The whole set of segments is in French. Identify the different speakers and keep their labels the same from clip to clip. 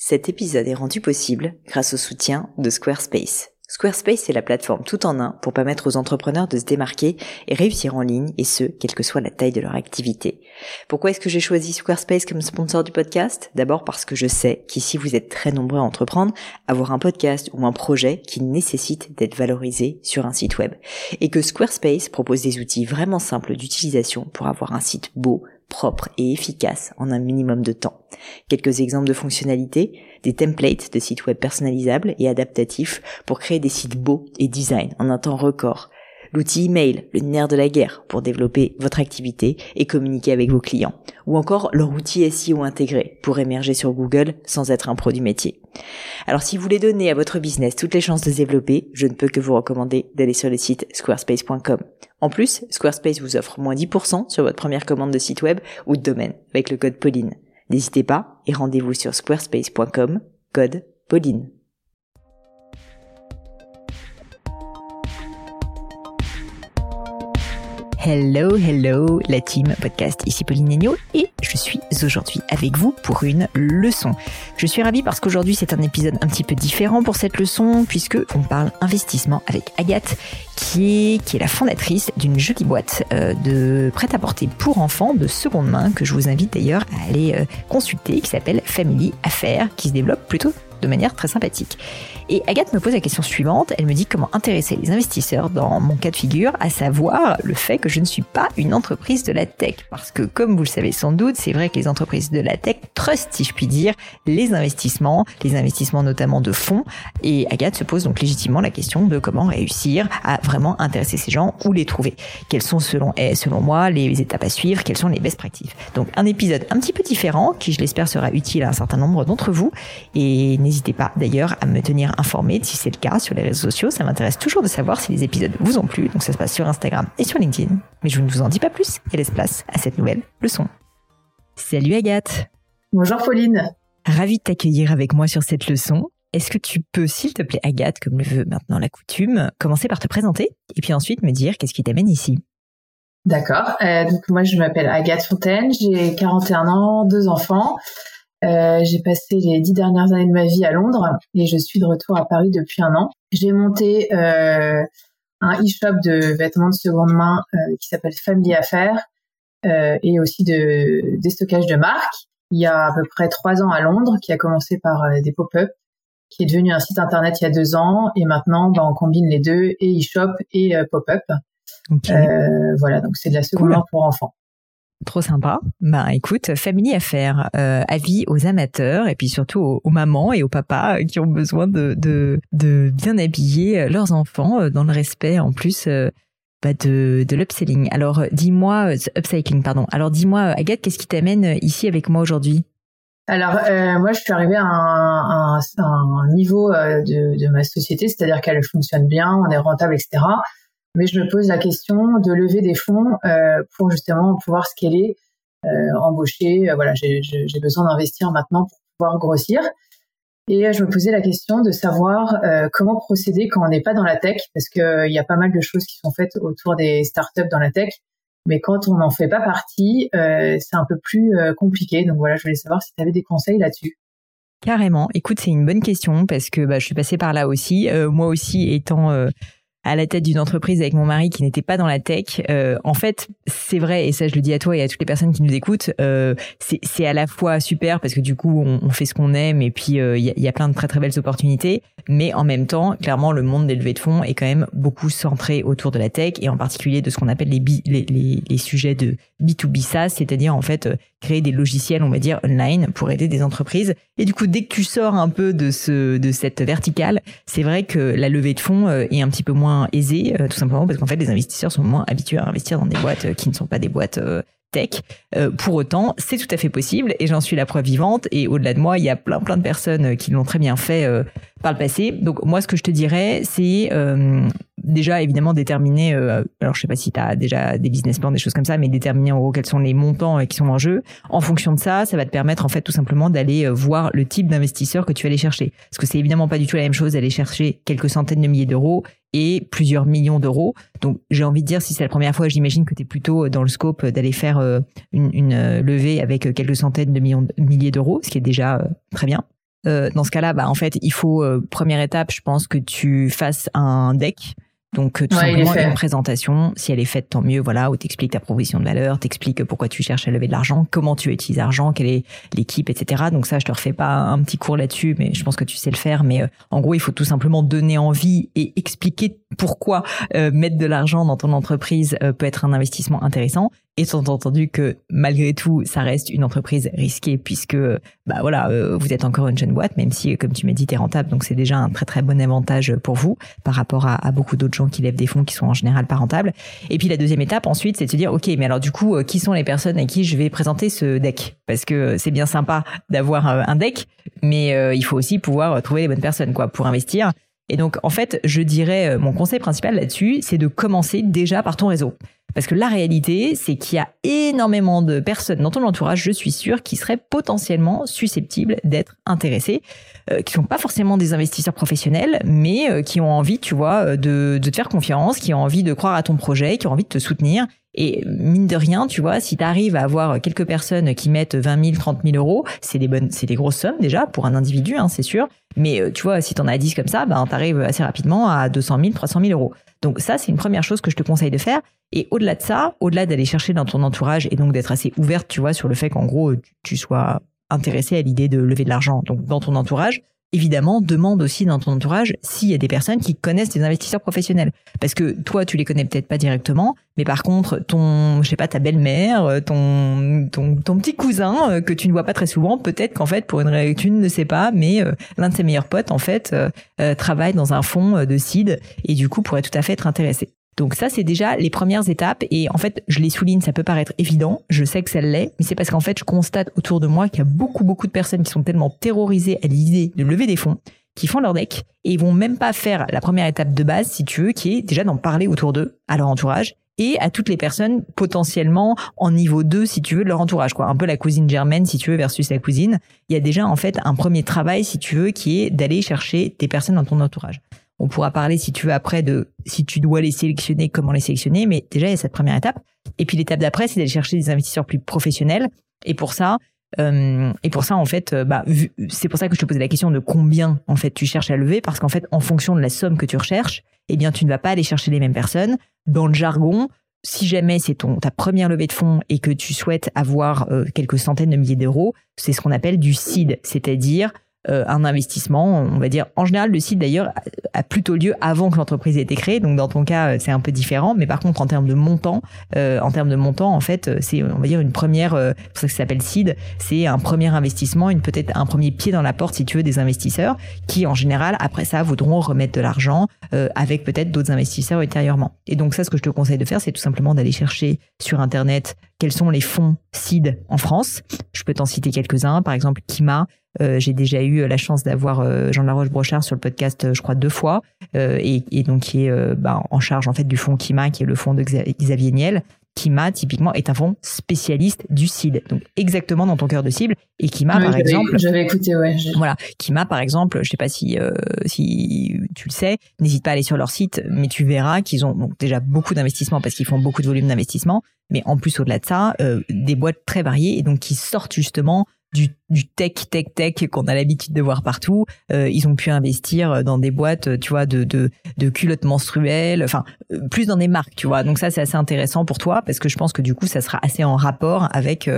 Speaker 1: Cet épisode est rendu possible grâce au soutien de Squarespace. Squarespace est la plateforme tout en un pour permettre aux entrepreneurs de se démarquer et réussir en ligne, et ce, quelle que soit la taille de leur activité. Pourquoi est-ce que j'ai choisi Squarespace comme sponsor du podcast ? D'abord parce que je sais qu'ici vous êtes très nombreux à entreprendre, avoir un podcast ou un projet qui nécessite d'être valorisé sur un site web. Et que Squarespace propose des outils vraiment simples d'utilisation pour avoir un site beau, propre et efficace en un minimum de temps. Quelques exemples de fonctionnalités, des templates de sites web personnalisables et adaptatifs pour créer des sites beaux et design en un temps record. L'outil email, le nerf de la guerre pour développer votre activité et communiquer avec vos clients. Ou encore leur outil SEO intégré pour émerger sur Google sans être un pro du métier. Alors si vous voulez donner à votre business toutes les chances de se développer, je ne peux que vous recommander d'aller sur le site squarespace.com. En plus, Squarespace vous offre moins 10% sur votre première commande de site web ou de domaine avec le code Pauline. N'hésitez pas et rendez-vous sur squarespace.com, code Pauline. Hello, la team podcast, ici Pauline Agneau et je suis aujourd'hui avec vous pour une leçon. Je suis ravie parce qu'aujourd'hui c'est un épisode un petit peu différent pour cette leçon puisque on parle investissement avec Agathe qui est la fondatrice d'une jolie boîte de prêt-à-porter pour enfants de seconde main que je vous invite d'ailleurs à aller consulter qui s'appelle Family Affaires qui se développe plutôt de manière très sympathique. Et Agathe me pose la question suivante, elle me dit comment intéresser les investisseurs dans mon cas de figure, à savoir le fait que je ne suis pas une entreprise de la tech. Parce que comme vous le savez sans doute, c'est vrai que les entreprises de la tech trustent, si je puis dire, les investissements notamment de fonds. Et Agathe se pose donc légitimement la question de comment réussir à vraiment intéresser ces gens, où les trouver. Quelles sont selon moi les étapes à suivre, quelles sont les best practices. Donc un épisode un petit peu différent qui je l'espère sera utile à un certain nombre d'entre vous. Et n'hésitez pas d'ailleurs à me tenir informé si c'est le cas sur les réseaux sociaux. Ça m'intéresse toujours de savoir si les épisodes vous ont plu. Donc ça se passe sur Instagram et sur LinkedIn. Mais je ne vous en dis pas plus et laisse place à cette nouvelle leçon. Salut Agathe.
Speaker 2: Bonjour Pauline.
Speaker 1: Ravie de t'accueillir avec moi sur cette leçon. Est-ce que tu peux, s'il te plaît Agathe, comme le veut maintenant la coutume, commencer par te présenter et puis ensuite me dire qu'est-ce qui t'amène ici ?
Speaker 2: D'accord. Donc moi je m'appelle Agathe Fontaine, j'ai 41 ans, 2 enfants. J'ai passé les 10 dernières années de ma vie à Londres et je suis de retour à Paris depuis 1 an. J'ai monté un e-shop de vêtements de seconde main qui s'appelle Family Affaires et aussi de déstockage de marques. Il y a à peu près 3 ans à Londres, qui a commencé par des pop-up, qui est devenu un site internet il y a 2 ans et maintenant on combine les deux, et e-shop et pop-up. Okay. Voilà, donc c'est de la seconde main pour enfants.
Speaker 1: Trop sympa. Écoute, Family Affaires, avis aux amateurs et puis surtout aux mamans et aux papas qui ont besoin de bien habiller leurs enfants dans le respect en plus de l'upselling. Alors dis-moi, upcycling pardon. Alors dis-moi Agathe, qu'est-ce qui t'amène ici avec moi aujourd'hui ?
Speaker 2: Alors moi je suis arrivée à un niveau de ma société, c'est-à-dire qu'elle fonctionne bien, on est rentable, etc. Mais je me pose la question de lever des fonds pour justement pouvoir scaler, embaucher. Voilà, j'ai besoin d'investir maintenant pour pouvoir grossir. Et je me posais la question de savoir comment procéder quand on n'est pas dans la tech, parce qu'il y a pas mal de choses qui sont faites autour des startups dans la tech. Mais quand on n'en fait pas partie, c'est un peu plus compliqué. Donc voilà, je voulais savoir si tu avais des conseils là-dessus.
Speaker 1: Carrément. Écoute, c'est une bonne question parce que je suis passée par là aussi. Moi aussi, étant à la tête d'une entreprise avec mon mari qui n'était pas dans la tech. En fait, c'est vrai, et ça je le dis à toi et à toutes les personnes qui nous écoutent, c'est à la fois super parce que du coup on fait ce qu'on aime et puis il y a plein de très très belles opportunités, mais en même temps, clairement le monde des levées de fonds est quand même beaucoup centré autour de la tech et en particulier de ce qu'on appelle les sujets de B2B SaaS, c'est-à-dire en fait créer des logiciels, on va dire online pour aider des entreprises. Et du coup, dès que tu sors un peu de cette verticale, c'est vrai que la levée de fonds est un petit peu moins aisée, tout simplement parce qu'en fait, les investisseurs sont moins habitués à investir dans des boîtes qui ne sont pas des boîtes tech. Pour autant, c'est tout à fait possible et j'en suis la preuve vivante. Et au-delà de moi, il y a plein de personnes qui l'ont très bien fait par le passé. Donc moi, ce que je te dirais, c'est déjà évidemment déterminer, alors je sais pas si tu as déjà des business plans, des choses comme ça, mais déterminer en gros quels sont les montants qui sont en jeu. En fonction de ça, ça va te permettre en fait tout simplement d'aller voir le type d'investisseur que tu vas aller chercher. Parce que c'est évidemment pas du tout la même chose d'aller chercher quelques centaines de milliers d'euros et plusieurs millions d'euros. Donc j'ai envie de dire, si c'est la première fois, j'imagine que tu es plutôt dans le scope d'aller faire une levée avec quelques centaines de milliers d'euros, ce qui est déjà très bien. Dans ce cas-là, en fait, il faut, première étape, je pense que tu fasses un deck. Donc, tout simplement, une présentation, si elle est faite, tant mieux, voilà, où t'expliques ta proposition de valeur, t'expliques pourquoi tu cherches à lever de l'argent, comment tu utilises l'argent, quelle est l'équipe, etc. Donc ça, je te refais pas un petit cours là-dessus, mais je pense que tu sais le faire. Mais en gros, il faut tout simplement donner envie et expliquer pourquoi mettre de l'argent dans ton entreprise peut être un investissement intéressant. Étant entendu que malgré tout, ça reste une entreprise risquée puisque vous êtes encore une jeune boîte, même si, comme tu m'as dit, t'es rentable. Donc c'est déjà un très très bon avantage pour vous par rapport à beaucoup d'autres gens qui lèvent des fonds qui sont en général pas rentables. Et puis la deuxième étape ensuite, c'est de se dire ok, mais alors du coup, qui sont les personnes à qui je vais présenter ce deck? Parce que c'est bien sympa d'avoir un deck, mais il faut aussi pouvoir trouver les bonnes personnes pour investir. Et donc, en fait, je dirais, mon conseil principal là-dessus, c'est de commencer déjà par ton réseau. Parce que la réalité, c'est qu'il y a énormément de personnes dans ton entourage, je suis sûre, qui seraient potentiellement susceptibles d'être intéressées, qui sont pas forcément des investisseurs professionnels, mais qui ont envie, tu vois, de te faire confiance, qui ont envie de croire à ton projet, qui ont envie de te soutenir. Et mine de rien, tu vois, si tu arrives à avoir quelques personnes qui mettent 20 000, 30 000 euros, c'est des grosses sommes déjà pour un individu, c'est sûr. Mais tu vois, si tu en as 10 comme ça, tu arrives assez rapidement à 200 000, 300 000 euros. Donc ça, c'est une première chose que je te conseille de faire. Et au-delà de ça, au-delà d'aller chercher dans ton entourage et donc d'être assez ouverte, tu vois, sur le fait qu'en gros, tu sois intéressée à l'idée de lever de l'argent. Donc dans ton entourage, évidemment, demande aussi dans ton entourage s'il y a des personnes qui connaissent des investisseurs professionnels. Parce que toi, tu les connais peut-être pas directement, mais par contre, ta belle-mère, ton petit cousin que tu ne vois pas très souvent, peut-être qu'en fait, tu ne sais pas, mais l'un de ses meilleurs potes, en fait, travaille dans un fonds de seed et du coup, pourrait tout à fait être intéressé. Donc ça, c'est déjà les premières étapes. Et en fait, je les souligne, ça peut paraître évident. Je sais que ça l'est, mais c'est parce qu'en fait, je constate autour de moi qu'il y a beaucoup de personnes qui sont tellement terrorisées à l'idée de lever des fonds, qui font leur deck et ils vont même pas faire la première étape de base, si tu veux, qui est déjà d'en parler autour d'eux, à leur entourage et à toutes les personnes potentiellement en niveau 2, si tu veux, de leur entourage, Un peu la cousine germaine, si tu veux, versus la cousine. Il y a déjà, en fait, un premier travail, si tu veux, qui est d'aller chercher des personnes dans ton entourage. On pourra parler, si tu veux, après de si tu dois les sélectionner, comment les sélectionner. Mais déjà, il y a cette première étape. Et puis, l'étape d'après, c'est d'aller chercher des investisseurs plus professionnels. Et pour ça, en fait, c'est pour ça que je te posais la question de combien, en fait, tu cherches à lever. Parce qu'en fait, en fonction de la somme que tu recherches, eh bien, tu ne vas pas aller chercher les mêmes personnes. Dans le jargon, si jamais c'est ta première levée de fonds et que tu souhaites avoir quelques centaines de milliers d'euros, c'est ce qu'on appelle du seed, c'est-à-dire un investissement, on va dire, en général, le seed d'ailleurs a plutôt lieu avant que l'entreprise ait été créée. Donc dans ton cas, c'est un peu différent. Mais par contre, en termes de montant, en fait, c'est, on va dire, une première, c'est pour ça que ça s'appelle seed, c'est un premier investissement, peut-être un premier pied dans la porte, si tu veux, des investisseurs qui, en général, après ça, voudront remettre de l'argent avec peut-être d'autres investisseurs ultérieurement. Et donc ça, ce que je te conseille de faire, c'est tout simplement d'aller chercher sur Internet quels sont les fonds seed en France. Je peux t'en citer quelques-uns, par exemple Kima. J'ai déjà eu la chance d'avoir Jean Laroche-Brochard sur le podcast, je crois 2 fois, et donc qui est en charge en fait du fonds Kima, qui est le fonds de Xavier Niel. Kima, typiquement, est un fonds spécialiste du seed, donc exactement dans ton cœur de cible. Et Kima, par exemple,
Speaker 2: j'avais écouté,
Speaker 1: Voilà, Kima, par exemple, je sais pas si tu le sais, n'hésite pas à aller sur leur site, mais tu verras qu'ils ont donc déjà beaucoup d'investissements parce qu'ils font beaucoup de volume d'investissement, mais en plus au-delà de ça, des boîtes très variées et donc qui sortent justement du tech qu'on a l'habitude de voir partout. Ils ont pu investir dans des boîtes, tu vois, de culottes menstruelles, enfin plus dans des marques, tu vois. Donc ça, c'est assez intéressant pour toi parce que je pense que du coup, ça sera assez en rapport avec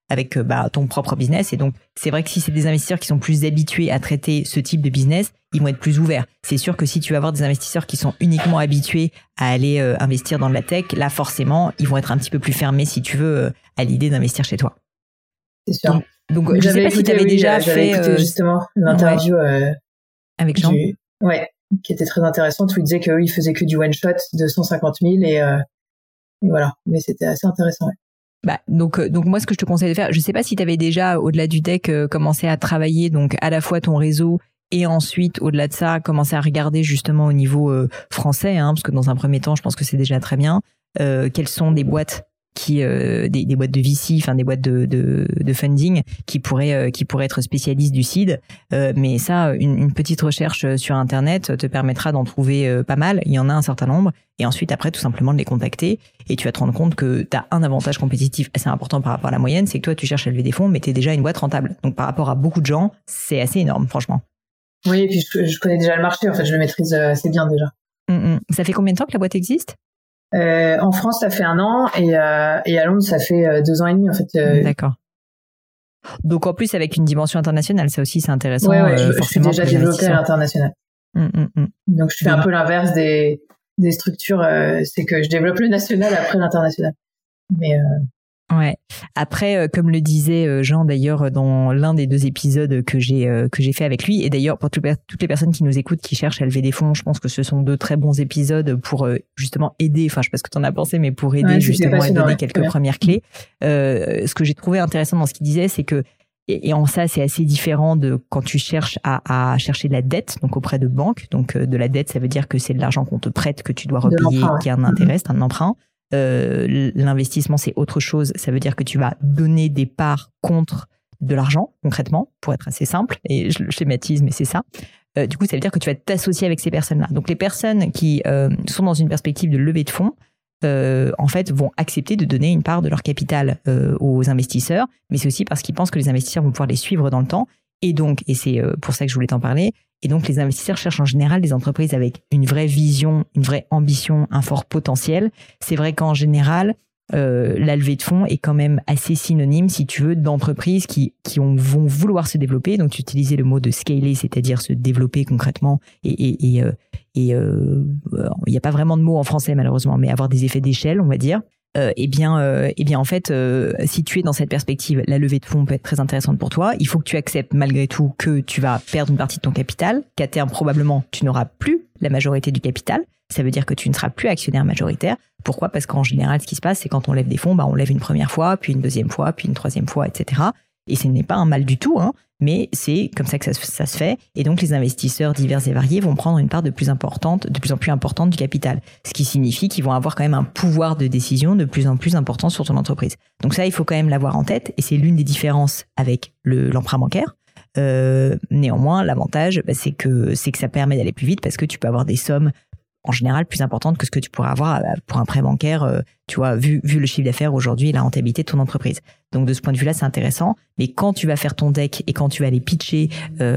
Speaker 1: ton propre business. Et donc, c'est vrai que si c'est des investisseurs qui sont plus habitués à traiter ce type de business, ils vont être plus ouverts. C'est sûr que si tu vas avoir des investisseurs qui sont uniquement habitués à aller investir dans de la tech, là, forcément, ils vont être un petit peu plus fermés, si tu veux, à l'idée d'investir chez toi.
Speaker 2: C'est sûr.
Speaker 1: Donc je sais pas si tu avais déjà fait
Speaker 2: écouté justement l'interview
Speaker 1: avec Jean.
Speaker 2: Qui était très intéressante, où il disait qu'eux, ils faisaient que du one shot de 150 000 et voilà. Mais c'était assez intéressant.
Speaker 1: Donc moi, ce que je te conseille de faire, je sais pas si tu avais déjà, au-delà du deck, commencé à travailler donc à la fois ton réseau et ensuite, au-delà de ça, commencer à regarder justement au niveau français, parce que dans un premier temps, je pense que c'est déjà très bien. Quelles sont des boîtes des boîtes de VC, enfin des boîtes de funding qui pourraient être spécialistes du seed. Mais ça, une petite recherche sur Internet te permettra d'en trouver pas mal. Il y en a un certain nombre. Et ensuite, après, tout simplement de les contacter. Et tu vas te rendre compte que tu as un avantage compétitif assez important par rapport à la moyenne, c'est que toi, tu cherches à lever des fonds, mais tu es déjà une boîte rentable. Donc, par rapport à beaucoup de gens, c'est assez énorme, franchement.
Speaker 2: Oui, et puis je connais déjà le marché. En fait, je le maîtrise assez bien déjà.
Speaker 1: Ça fait combien de temps que la boîte existe ?
Speaker 2: En France, ça fait 1 an. Et à Londres, ça fait 2 ans et demi, en fait.
Speaker 1: D'accord. Donc, en plus, avec une dimension internationale, ça aussi, c'est intéressant.
Speaker 2: Ouais, je suis déjà développée à l'international. Donc, je fais un peu l'inverse des structures, c'est que je développe le national après l'international. Mais
Speaker 1: ouais. Après, comme le disait Jean d'ailleurs dans l'un des 2 épisodes que j'ai fait avec lui, et d'ailleurs pour toutes les personnes qui nous écoutent qui cherchent à lever des fonds, je pense que ce sont 2 très bons épisodes pour justement aider. Enfin, je sais pas ce que t'en as pensé, mais pour aider justement à donner quelques premières clés. Ce que j'ai trouvé intéressant dans ce qu'il disait, c'est que et en ça, c'est assez différent de quand tu cherches à chercher de la dette, donc auprès de banques. Donc, de la dette, ça veut dire que c'est de l'argent qu'on te prête, que tu dois repayer, qui a un intérêt, c'est un emprunt. L'investissement, c'est autre chose. Ça veut dire que tu vas donner des parts contre de l'argent, concrètement, pour être assez simple. Et je le schématise, mais c'est ça. Du coup, ça veut dire que tu vas t'associer avec ces personnes-là. Donc, les personnes qui sont dans une perspective de levée de fonds, en fait, vont accepter de donner une part de leur capital aux investisseurs, mais c'est aussi parce qu'ils pensent que les investisseurs vont pouvoir les suivre dans le temps. Et donc, et c'est pour ça que je voulais t'en parler, et donc les investisseurs cherchent en général des entreprises avec une vraie vision, une vraie ambition, un fort potentiel. C'est vrai qu'en général, la levée de fonds est quand même assez synonyme, si tu veux, d'entreprises qui vont vouloir se développer. Donc, tu utilisais le mot de scaler, c'est-à-dire se développer concrètement. Et il n'y a pas vraiment de mot en français, malheureusement, mais avoir des effets d'échelle, on va dire. Eh bien, en fait, si tu es dans cette perspective, la levée de fonds peut être très intéressante pour toi. Il faut que tu acceptes malgré tout que tu vas perdre une partie de ton capital, qu'à terme, probablement, tu n'auras plus la majorité du capital. Ça veut dire que tu ne seras plus actionnaire majoritaire. Pourquoi ? Parce qu'en général, ce qui se passe, c'est quand on lève des fonds, on lève une première fois, puis une deuxième fois, puis une troisième fois, etc. Et ce n'est pas un mal du tout, mais c'est comme ça que ça se fait. Et donc, les investisseurs divers et variés vont prendre une part de plus en plus importante du capital. Ce qui signifie qu'ils vont avoir quand même un pouvoir de décision de plus en plus important sur ton entreprise. Donc ça, il faut quand même l'avoir en tête. Et c'est l'une des différences avec l'emprunt bancaire. Néanmoins, l'avantage, c'est que ça permet d'aller plus vite parce que tu peux avoir des sommes en général plus importante que ce que tu pourrais avoir pour un prêt bancaire, tu vois, vu le chiffre d'affaires aujourd'hui et la rentabilité de ton entreprise. Donc de ce point de vue-là, c'est intéressant. Mais quand tu vas faire ton deck et quand tu vas aller pitcher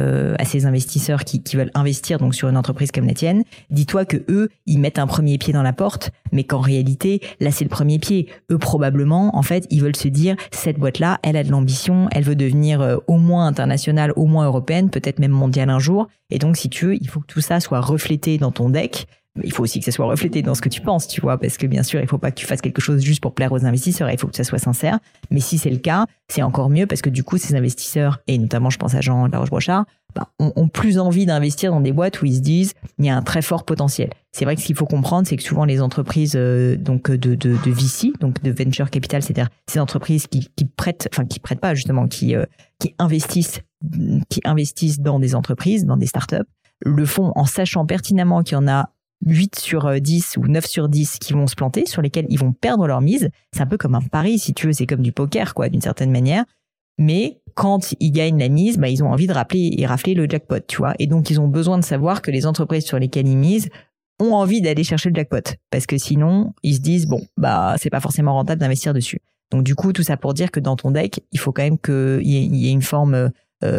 Speaker 1: à ces investisseurs qui veulent investir donc sur une entreprise comme la tienne, dis-toi que eux, ils mettent un premier pied dans la porte, mais qu'en réalité, là, c'est le premier pied. Eux, probablement, en fait, ils veulent se dire, cette boîte-là, elle a de l'ambition, elle veut devenir au moins internationale, au moins européenne, peut-être même mondiale un jour. Et donc, si tu veux, il faut que tout ça soit reflété dans ton deck. Mais il faut aussi que ça soit reflété dans ce que tu penses, tu vois, parce que bien sûr, il faut pas que tu fasses quelque chose juste pour plaire aux investisseurs, il faut que ça soit sincère. Mais si c'est le cas, c'est encore mieux parce que du coup, ces investisseurs, et notamment je pense à Jean Laroche-Brochard, ont plus envie d'investir dans des boîtes où ils se disent, il y a un très fort potentiel. C'est vrai que ce qu'il faut comprendre, c'est que souvent les entreprises donc de VC, donc de venture capital, c'est-à-dire ces entreprises qui prêtent pas justement, qui investissent dans des entreprises, dans des startups, le font en sachant pertinemment qu'il y en a 8 sur 10 ou 9 sur 10 qui vont se planter, sur lesquels ils vont perdre leur mise. C'est un peu comme un pari, si tu veux, c'est comme du poker, quoi, d'une certaine manière. Mais quand ils gagnent la mise, ils ont envie de rafler le jackpot, tu vois. Et donc, ils ont besoin de savoir que les entreprises sur lesquelles ils misent ont envie d'aller chercher le jackpot. Parce que sinon, ils se disent, c'est pas forcément rentable d'investir dessus. Donc, du coup, tout ça pour dire que dans ton deck, il faut quand même qu'il y ait une forme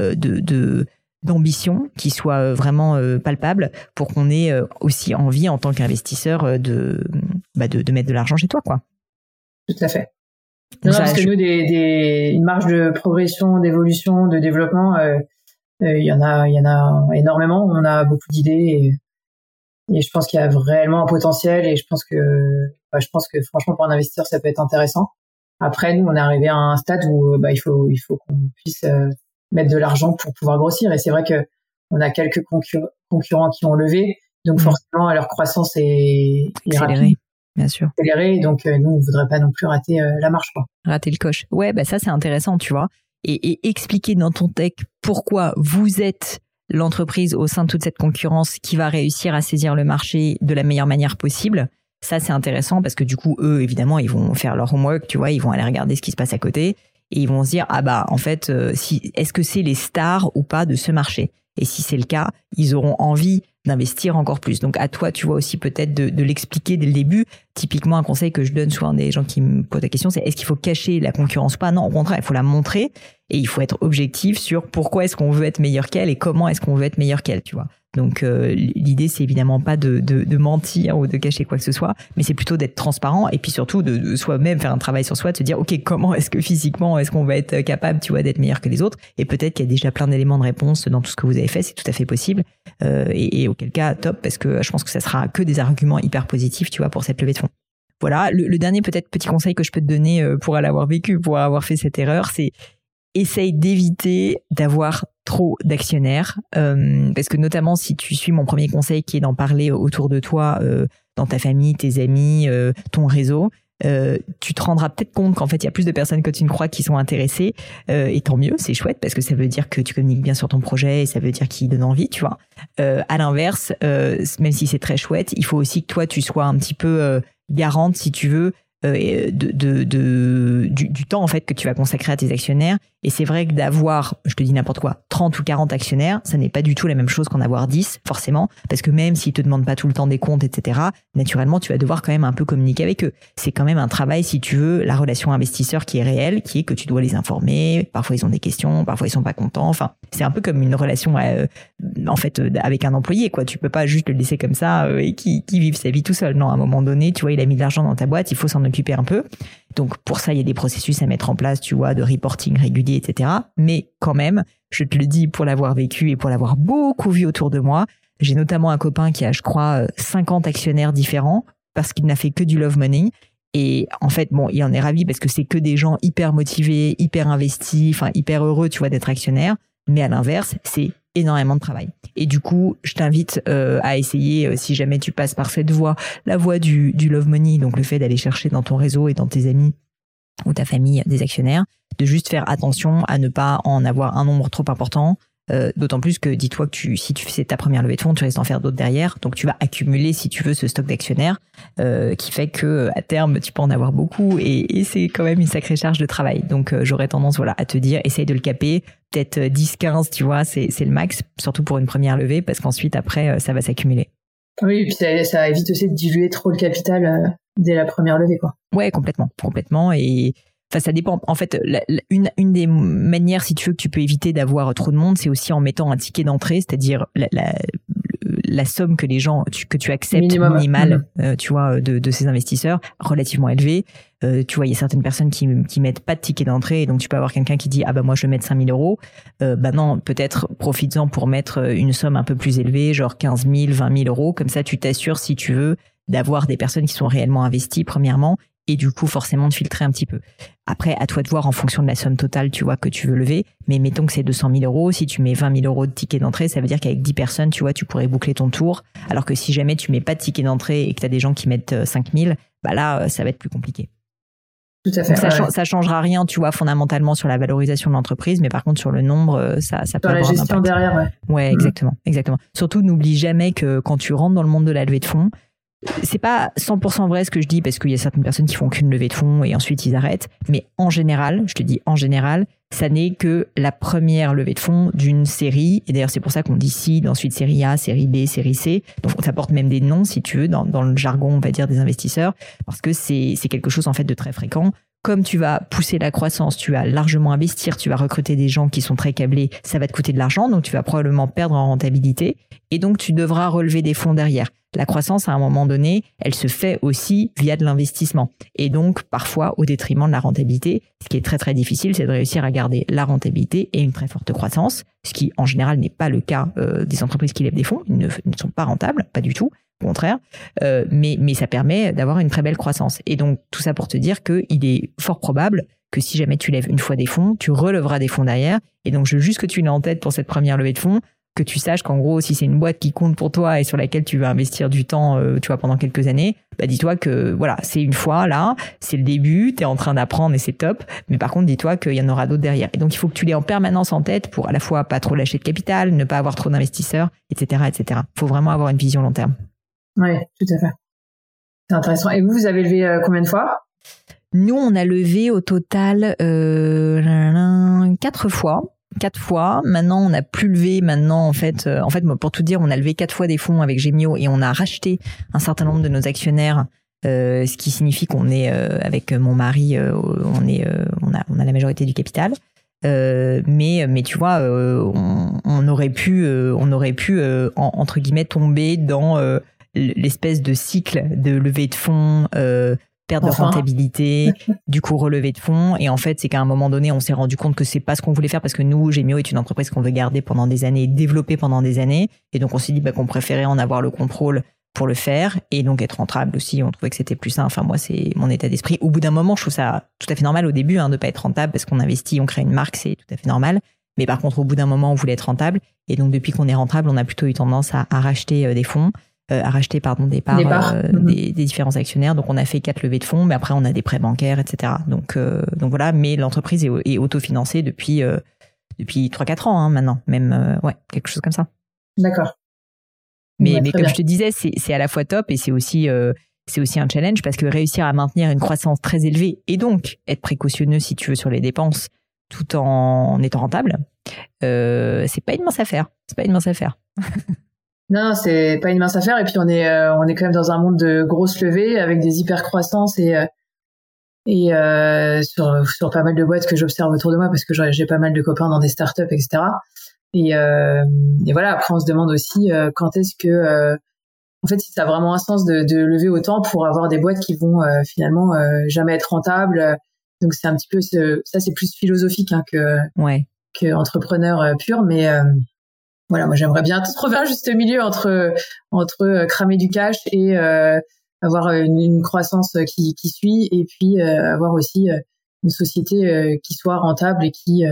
Speaker 1: d'ambition qui soit vraiment palpable pour qu'on ait aussi envie en tant qu'investisseur de mettre de l'argent chez toi, quoi.
Speaker 2: Tout à fait. Non, parce que nous, une marge de progression, d'évolution, de développement, il y en a énormément. On a beaucoup d'idées et je pense qu'il y a réellement un potentiel et je pense que franchement pour un investisseur ça peut être intéressant. Après, nous, on est arrivé à un stade où il faut qu'on puisse mettre de l'argent pour pouvoir grossir. Et c'est vrai que on a quelques concurrents qui ont levé, donc forcément leur croissance est rapide,
Speaker 1: bien sûr.
Speaker 2: Accélérée, donc nous on voudrait pas non plus rater la marche, quoi.
Speaker 1: Rater le coche. Ouais, ça c'est intéressant, tu vois. Et expliquer dans ton tech pourquoi vous êtes l'entreprise au sein de toute cette concurrence qui va réussir à saisir le marché de la meilleure manière possible. Ça, c'est intéressant parce que du coup, eux, évidemment, ils vont faire leur homework, tu vois, ils vont aller regarder ce qui se passe à côté et ils vont se dire, ah bah, en fait, est-ce que c'est les stars ou pas de ce marché? Et si c'est le cas, ils auront envie d'investir encore plus. Donc à toi, tu vois aussi peut-être de l'expliquer dès le début. Typiquement, un conseil que je donne souvent à des gens qui me posent la question, c'est est-ce qu'il faut cacher la concurrence ou pas? Non, au contraire, il faut la montrer et il faut être objectif sur pourquoi est-ce qu'on veut être meilleur qu'elle et comment est-ce qu'on veut être meilleur qu'elle, tu vois. Donc l'idée, c'est évidemment pas de mentir ou de cacher quoi que ce soit, mais c'est plutôt d'être transparent et puis surtout de soi-même faire un travail sur soi, de se dire ok, comment est-ce que physiquement est-ce qu'on va être capable, tu vois, d'être meilleur que les autres. Et peut-être qu'il y a déjà plein d'éléments de réponse dans tout ce que vous avez fait, c'est tout à fait possible. Et auquel cas top, parce que je pense que ça sera que des arguments hyper positifs, tu vois, pour cette levée de fonds. Voilà, le dernier peut-être petit conseil que je peux te donner pour l'avoir vécu, pour avoir fait cette erreur, c'est essaye d'éviter d'avoir trop d'actionnaires, parce que notamment si tu suis mon premier conseil qui est d'en parler autour de toi, dans ta famille, tes amis, ton réseau, tu te rendras peut-être compte qu'en fait il y a plus de personnes que tu ne crois qui sont intéressées, et tant mieux, c'est chouette parce que ça veut dire que tu communiques bien sur ton projet et ça veut dire qu'il donne envie, tu vois. À l'inverse, même si c'est très chouette, il faut aussi que toi tu sois un petit peu garante, si tu veux, du temps en fait que tu vas consacrer à tes actionnaires. Et c'est vrai que d'avoir, je te dis n'importe quoi, 30 ou 40 actionnaires, ça n'est pas du tout la même chose qu'en avoir 10, forcément, parce que même s'ils te demandent pas tout le temps des comptes, etc., naturellement, tu vas devoir quand même un peu communiquer avec eux. C'est quand même un travail, si tu veux, la relation investisseur qui est réelle, qui est que tu dois les informer. Parfois, ils ont des questions, parfois, ils sont pas contents. Enfin, c'est un peu comme une relation, en fait, avec un employé, quoi. Tu peux pas juste le laisser comme ça et qui vive sa vie tout seul. Non, à un moment donné, tu vois, il a mis de l'argent dans ta boîte, il faut s'en occuper un peu. Donc, pour ça, il y a des processus à mettre en place, tu vois, de reporting régulier, etc. Mais quand même, je te le dis pour l'avoir vécu et pour l'avoir beaucoup vu autour de moi, j'ai notamment un copain qui a, je crois, 50 actionnaires différents parce qu'il n'a fait que du love money. Et en fait, bon, il en est ravi parce que c'est que des gens hyper motivés, hyper investis, enfin, hyper heureux, tu vois, d'être actionnaire. Mais à l'inverse, c'est énormément de travail. Et du coup, je t'invite à essayer, si jamais tu passes par cette voie, la voie du love money, donc le fait d'aller chercher dans ton réseau et dans tes amis ou ta famille des actionnaires, de juste faire attention à ne pas en avoir un nombre trop important. D'autant plus que dis-toi que si tu fais ta première levée de fonds, tu risques d'en faire d'autres derrière. Donc tu vas accumuler, si tu veux, ce stock d'actionnaires qui fait que à terme, tu peux en avoir beaucoup et c'est quand même une sacrée charge de travail. Donc j'aurais tendance à te dire, essaye de le caper. Peut-être 10-15, tu vois, c'est le max, surtout pour une première levée, parce qu'ensuite, après, ça va s'accumuler.
Speaker 2: Oui, et puis ça évite aussi de diluer trop le capital dès la première levée, quoi.
Speaker 1: Ouais, complètement. Et enfin, ça dépend. En fait, une des manières, si tu veux, que tu peux éviter d'avoir trop de monde, c'est aussi en mettant un ticket d'entrée, c'est-à-dire la somme que les gens que tu acceptes minimale, tu vois, de ces investisseurs, relativement élevée. Tu vois, il y a certaines personnes qui mettent pas de ticket d'entrée, et donc tu peux avoir quelqu'un qui dit ah bah moi je vais mettre 5 000 euros. Bah non, peut-être profites-en pour mettre une somme un peu plus élevée, genre 15 000, 20 000 euros. Comme ça, tu t'assures, si tu veux, d'avoir des personnes qui sont réellement investies premièrement, et du coup forcément de filtrer un petit peu. Après, à toi de voir en fonction de la somme totale, tu vois, que tu veux lever. Mais mettons que c'est 200 000 euros. Si tu mets 20 000 euros de ticket d'entrée, ça veut dire qu'avec 10 personnes, tu vois, tu pourrais boucler ton tour. Alors que si jamais tu mets pas de ticket d'entrée et que tu as des gens qui mettent 5 000, bah là, ça va être plus compliqué.
Speaker 2: Tout à fait.
Speaker 1: Donc ça changera rien, tu vois, fondamentalement sur la valorisation de l'entreprise, mais par contre sur le nombre, ça peut avoir un impact. Sur la gestion derrière, ouais. Ouais, exactement. Surtout, n'oublie jamais que quand tu rentres dans le monde de la levée de fonds, c'est pas 100% vrai ce que je dis, parce qu'il y a certaines personnes qui font qu'une levée de fonds et ensuite ils arrêtent. Mais en général, je te dis en général, ça n'est que la première levée de fonds d'une série. Et d'ailleurs, c'est pour ça qu'on dit seed, ensuite série A, série B, série C. Donc, ça porte même des noms, si tu veux, dans le jargon, on va dire, des investisseurs, parce que c'est quelque chose, en fait, de très fréquent. Comme tu vas pousser la croissance, tu vas largement investir, tu vas recruter des gens qui sont très câblés, ça va te coûter de l'argent, donc tu vas probablement perdre en rentabilité. Et donc, tu devras relever des fonds derrière. La croissance, à un moment donné, elle se fait aussi via de l'investissement. Et donc, parfois, au détriment de la rentabilité. Ce qui est très, très difficile, c'est de réussir à garder la rentabilité et une très forte croissance, ce qui, en général, n'est pas le cas des entreprises qui lèvent des fonds. Ils ne sont pas rentables, pas du tout, au contraire. Mais ça permet d'avoir une très belle croissance. Et donc, tout ça pour te dire qu'il est fort probable que si jamais tu lèves une fois des fonds, tu releveras des fonds derrière. Et donc, je veux juste que tu l'aies en tête pour cette première levée de fonds, que tu saches qu'en gros, si c'est une boîte qui compte pour toi et sur laquelle tu vas investir du temps, tu vois, pendant quelques années, bah dis-toi que voilà, c'est une fois là, c'est le début, t'es en train d'apprendre et c'est top. Mais par contre, dis-toi qu'il y en aura d'autres derrière. Et donc, il faut que tu l'aies en permanence en tête pour à la fois pas trop lâcher de capital, ne pas avoir trop d'investisseurs, etc., etc. Il faut vraiment avoir une vision long terme.
Speaker 2: Oui, tout à fait. C'est intéressant. Et vous avez levé combien de fois?
Speaker 1: Nous, on a levé au total 4 fois. 4 fois. Maintenant, on n'a plus levé. Maintenant, en fait, pour tout dire, on a levé 4 fois des fonds avec Gemio et on a racheté un certain nombre de nos actionnaires. Ce qui signifie qu'on est avec mon mari, on a la majorité du capital. Mais tu vois, on aurait pu entre guillemets tomber dans l'espèce de cycle de levée de fonds, perte de rentabilité, du coup relevé de fonds. Et en fait, c'est qu'à un moment donné, on s'est rendu compte que c'est pas ce qu'on voulait faire parce que nous, Gemio est une entreprise qu'on veut garder pendant des années, développer pendant des années. Et donc, on s'est dit qu'on préférait en avoir le contrôle pour le faire et donc être rentable aussi. On trouvait que c'était plus sain. Enfin, moi, c'est mon état d'esprit. Au bout d'un moment, je trouve ça tout à fait normal au début de pas être rentable parce qu'on investit, on crée une marque, c'est tout à fait normal. Mais par contre, au bout d'un moment, on voulait être rentable. Et donc, depuis qu'on est rentable, on a plutôt eu tendance à racheter des fonds. Des parts des différents actionnaires. Donc, on a fait 4 levées de fonds, mais après, on a des prêts bancaires, etc. Donc voilà. Mais l'entreprise est autofinancée depuis 3-4 ans maintenant, même quelque chose comme ça.
Speaker 2: D'accord.
Speaker 1: Mais comme je te disais, c'est à la fois top et c'est aussi un challenge parce que réussir à maintenir une croissance très élevée et donc être précautionneux si tu veux sur les dépenses tout en étant rentable, c'est pas une mince affaire.
Speaker 2: Non, c'est pas une mince affaire. Et puis on est quand même dans un monde de grosses levées avec des hyper croissances et sur pas mal de boîtes que j'observe autour de moi parce que j'ai pas mal de copains dans des startups, etc. Et voilà. Après, on se demande aussi quand est-ce que, en fait, si ça a vraiment un sens de lever autant pour avoir des boîtes qui vont finalement jamais être rentables. Donc c'est un petit peu ça, c'est plus philosophique que entrepreneur pur, mais voilà, moi j'aimerais bien trouver un juste milieu entre cramer du cash et avoir une croissance qui suit et puis avoir aussi une société qui soit rentable et qui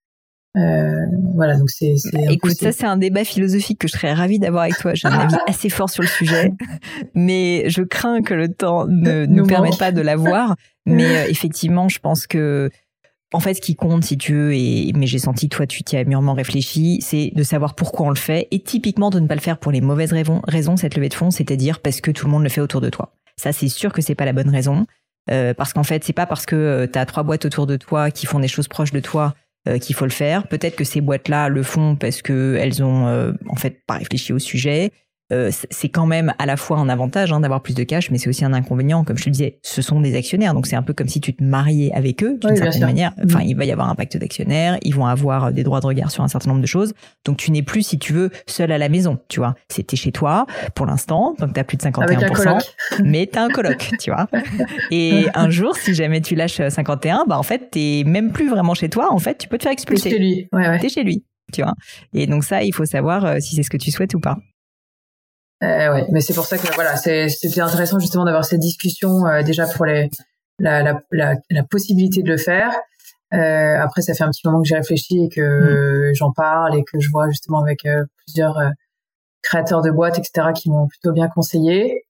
Speaker 2: voilà, donc c'est
Speaker 1: écoute, ça c'est un débat philosophique que je serais ravie d'avoir avec toi. J'ai un avis assez fort sur le sujet, mais je crains que le temps ne nous permette pas de l'avoir. Mais effectivement, je pense que en fait, ce qui compte, si tu veux, mais j'ai senti que toi, tu t'y as mûrement réfléchi, c'est de savoir pourquoi on le fait et typiquement de ne pas le faire pour les mauvaises raisons, cette levée de fonds, c'est-à-dire parce que tout le monde le fait autour de toi. Ça, c'est sûr que c'est pas la bonne raison. Parce qu'en fait, c'est pas parce que t'as 3 boîtes autour de toi qui font des choses proches de toi qu'il faut le faire. Peut-être que ces boîtes-là le font parce que elles ont en fait pas réfléchi au sujet. C'est quand même à la fois un avantage d'avoir plus de cash, mais c'est aussi un inconvénient. Comme je te disais, ce sont des actionnaires, donc c'est un peu comme si tu te mariais avec eux d'une certaine manière. Enfin, il va y avoir un pacte d'actionnaires, ils vont avoir des droits de regard sur un certain nombre de choses. Donc tu n'es plus, si tu veux, seul à la maison, tu vois. C'était chez toi pour l'instant, donc t'as plus de 51%, mais t'as un coloc, tu vois. Et un jour, si jamais tu lâches 51, en fait, t'es même plus vraiment chez toi. En fait, tu peux te faire expulser.
Speaker 2: T'es chez lui.
Speaker 1: T'es chez lui, tu vois. Et donc ça, il faut savoir si c'est ce que tu souhaites ou pas.
Speaker 2: Ouais, mais c'est pour ça que voilà, c'était intéressant justement d'avoir cette discussion déjà pour la possibilité de le faire. Après, ça fait un petit moment que j'ai réfléchi et que j'en parle et que je vois justement avec plusieurs créateurs de boîtes, etc., qui m'ont plutôt bien conseillé.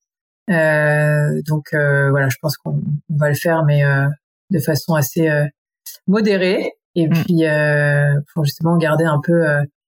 Speaker 2: Donc voilà, je pense qu'on va le faire, mais de façon assez modérée. Et puis pour justement garder un peu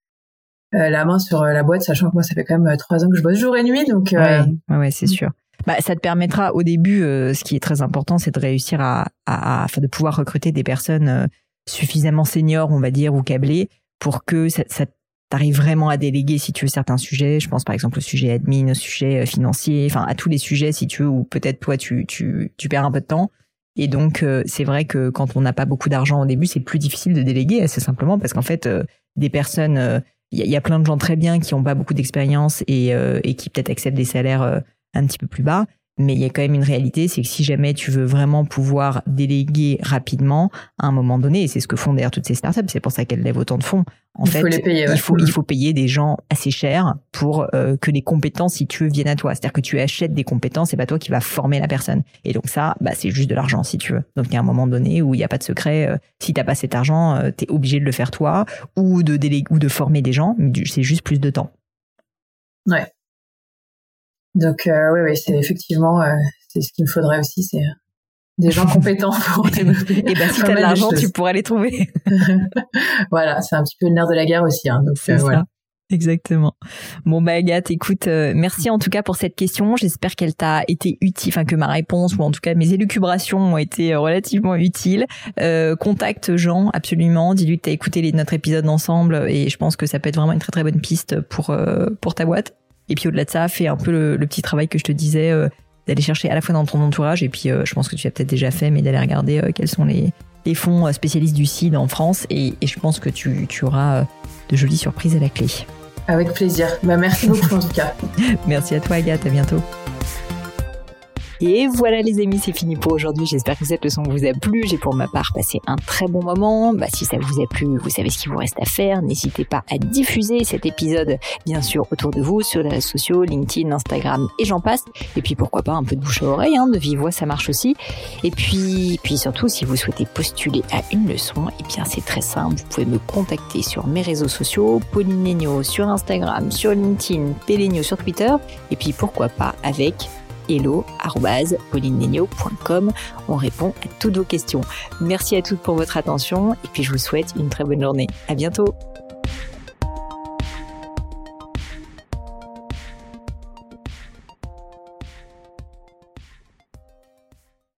Speaker 2: la main sur la boîte, sachant que moi, ça fait quand même 3 ans que je bosse jour et nuit, donc...
Speaker 1: Ouais, c'est sûr. Ça te permettra, au début, ce qui est très important, c'est de réussir de pouvoir recruter des personnes suffisamment seniors, on va dire, ou câblées, pour que ça t'arrive vraiment à déléguer, si tu veux, certains sujets. Je pense, par exemple, au sujet admin, au sujet financier, enfin, à tous les sujets, si tu veux, où peut-être toi, tu perds un peu de temps. Et donc, c'est vrai que quand on n'a pas beaucoup d'argent au début, c'est plus difficile de déléguer, assez simplement, parce qu'en fait, des personnes... Il y a plein de gens très bien qui n'ont pas beaucoup d'expérience et qui peut-être acceptent des salaires un petit peu plus bas. Mais il y a quand même une réalité, c'est que si jamais tu veux vraiment pouvoir déléguer rapidement à un moment donné, et c'est ce que font d'ailleurs toutes ces startups, c'est pour ça qu'elles lèvent autant de fonds. En fait, il faut payer des gens assez chers pour que les compétences, si tu veux, viennent à toi. C'est-à-dire que tu achètes des compétences, c'est pas toi qui vas former la personne. Et donc ça, c'est juste de l'argent, si tu veux. Donc il y a un moment donné où il n'y a pas de secret. Si t'as pas cet argent, t'es obligé de le faire toi, ou de déléguer, ou de former des gens. C'est juste plus de temps.
Speaker 2: Ouais. Donc oui, c'est effectivement c'est ce qu'il me faudrait aussi, c'est des gens compétents pour développer.
Speaker 1: Et si t'as de l'argent, tu pourrais les trouver.
Speaker 2: Voilà, c'est un petit peu le nerf de la guerre aussi. Donc
Speaker 1: c'est
Speaker 2: voilà.
Speaker 1: Exactement. Bon Agathe, écoute, merci en tout cas pour cette question. J'espère qu'elle t'a été utile, enfin que ma réponse ou en tout cas mes élucubrations ont été relativement utiles. Contacte Jean absolument, dis-lui que t'as écouté notre épisode ensemble et je pense que ça peut être vraiment une très très bonne piste pour ta boîte. Et puis au-delà de ça, fais un peu le petit travail que je te disais, d'aller chercher à la fois dans ton entourage et puis je pense que tu l'as peut-être déjà fait, mais d'aller regarder quels sont les fonds spécialistes du CID en France et je pense que tu auras de jolies surprises à la clé.
Speaker 2: Avec plaisir. Merci beaucoup en tout cas.
Speaker 1: Merci à toi Agathe, à bientôt. Et voilà les amis, c'est fini pour aujourd'hui. J'espère que cette leçon vous a plu. J'ai pour ma part passé un très bon moment. Si ça vous a plu, vous savez ce qu'il vous reste à faire. N'hésitez pas à diffuser cet épisode, bien sûr, autour de vous, sur les réseaux sociaux, LinkedIn, Instagram et j'en passe. Et puis pourquoi pas un peu de bouche à oreille, de vive voix, ça marche aussi. Et puis surtout, si vous souhaitez postuler à une leçon, c'est très simple. Vous pouvez me contacter sur mes réseaux sociaux, Pauline Legnaud sur Instagram, sur LinkedIn, Pélegnaud sur Twitter. Et puis pourquoi pas avec hello@paulinelegnaud.com. On répond à toutes vos questions. Merci à toutes pour votre attention et puis je vous souhaite une très bonne journée. À bientôt.